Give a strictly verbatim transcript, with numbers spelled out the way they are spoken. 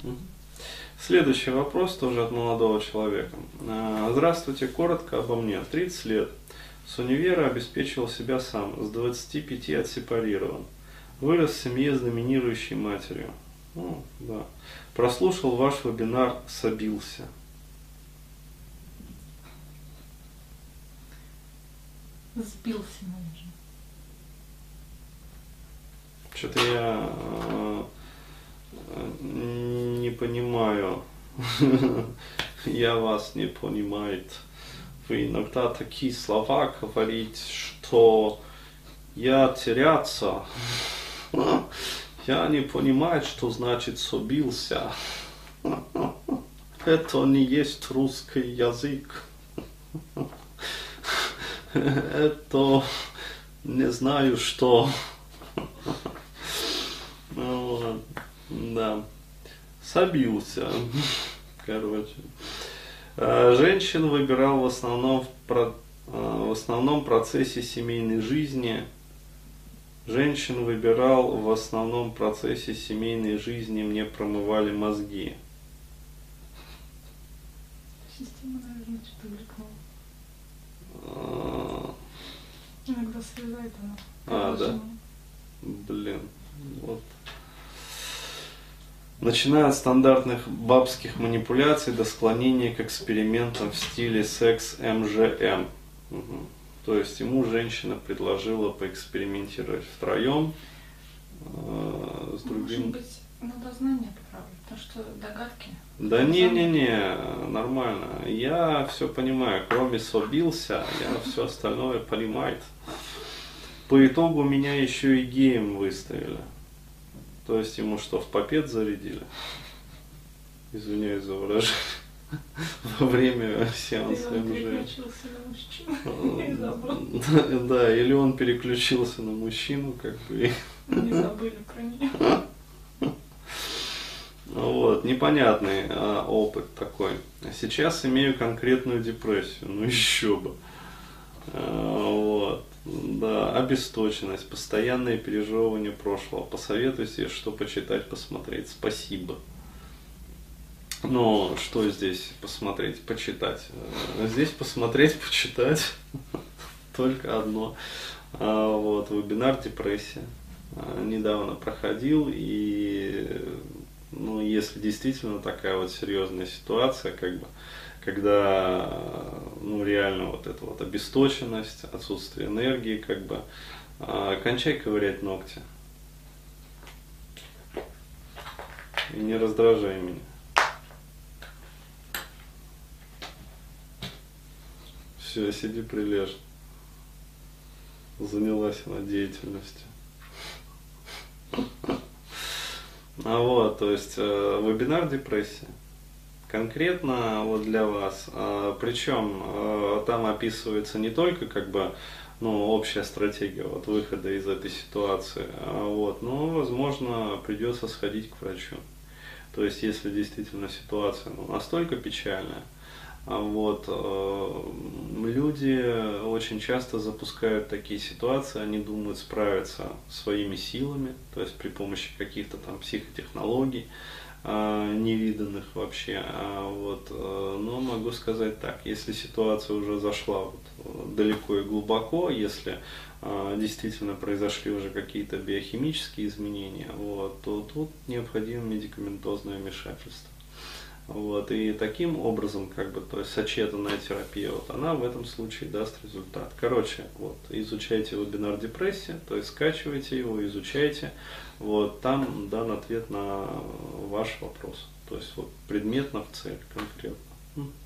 Мгм. Следующий вопрос тоже от молодого человека. А, Здравствуйте, коротко обо мне. тридцать лет. С универа обеспечивал себя сам. С двадцати пяти отсепарирован. Вырос в семье с доминирующей матерью. Ну, да. Прослушал ваш вебинар, собился. Сбился, наверное. Что-то я э, не понимаю. Я вас не понимаю. Вы иногда такие слова говорите, что я теряться. Я не понимаю, что значит собился. Это не есть русский язык. Это не знаю что. Ну, ладно. Да. Собился. Короче. А, Женщин выбирал в основном в, про- а, в основном процессе семейной жизни. Женщин выбирал в основном процессе семейной жизни, мне промывали мозги. Система, наверное, что-то глюкнула. А, Иногда срезает она. А, да? Блин, вот. Начиная от стандартных бабских манипуляций до склонения к экспериментам в стиле секс эм же эм. Мгм. То есть ему женщина предложила поэкспериментировать втроем э, с Может другим. быть, надо знания поправить, потому что догадки. Да не-не-не, нормально. Я все понимаю, кроме собился, я все остальное понимаю. По итогу меня еще и геем выставили. То есть ему что, в попет зарядили? Извиняюсь за выражение. Во время сеанса Или он эм же. переключился на мужчину и забыл. Да, или он переключился на мужчину, как бы. Не забыли про нее. Вот, непонятный а, опыт такой. Сейчас имею конкретную депрессию, ну еще бы. А, вот, да, обесточенность, постоянное пережевывание прошлого. Посоветуйте, что почитать, посмотреть. Спасибо. Но что здесь посмотреть, почитать? Э, Здесь посмотреть, почитать только одно. А, Вот, вебинар «Депрессия». А, Недавно проходил, и ну, если действительно такая вот серьезная ситуация, как бы, когда ну, реально вот эта вот обесточенность, отсутствие энергии, как бы, а, кончай ковырять ногти. И не раздражай меня. Все, сиди прилежно. Занялась она деятельностью. А вот, то есть э, вебинар «Депрессия». Конкретно вот для вас. Э, причем э, там описывается не только как бы ну, общая стратегия вот, выхода из этой ситуации, а вот, но возможно придется сходить к врачу. То есть если действительно ситуация ну, настолько печальная, а вот, э, люди очень часто запускают такие ситуации, они думают справиться своими силами, то есть при помощи каких-то там психотехнологий, э, невиданных вообще. А вот, э, но могу сказать так, если ситуация уже зашла вот, э, далеко и глубоко, если э, действительно произошли уже какие-то биохимические изменения, вот, то тут необходимо медикаментозное вмешательство. Вот, и таким образом, как бы, то есть сочетанная терапия, вот, она в этом случае даст результат. Короче, вот, изучайте вебинар «Депрессия», то есть скачивайте его, изучайте, вот, там дан ответ на ваш вопрос, то есть вот, предметно в цель конкретно.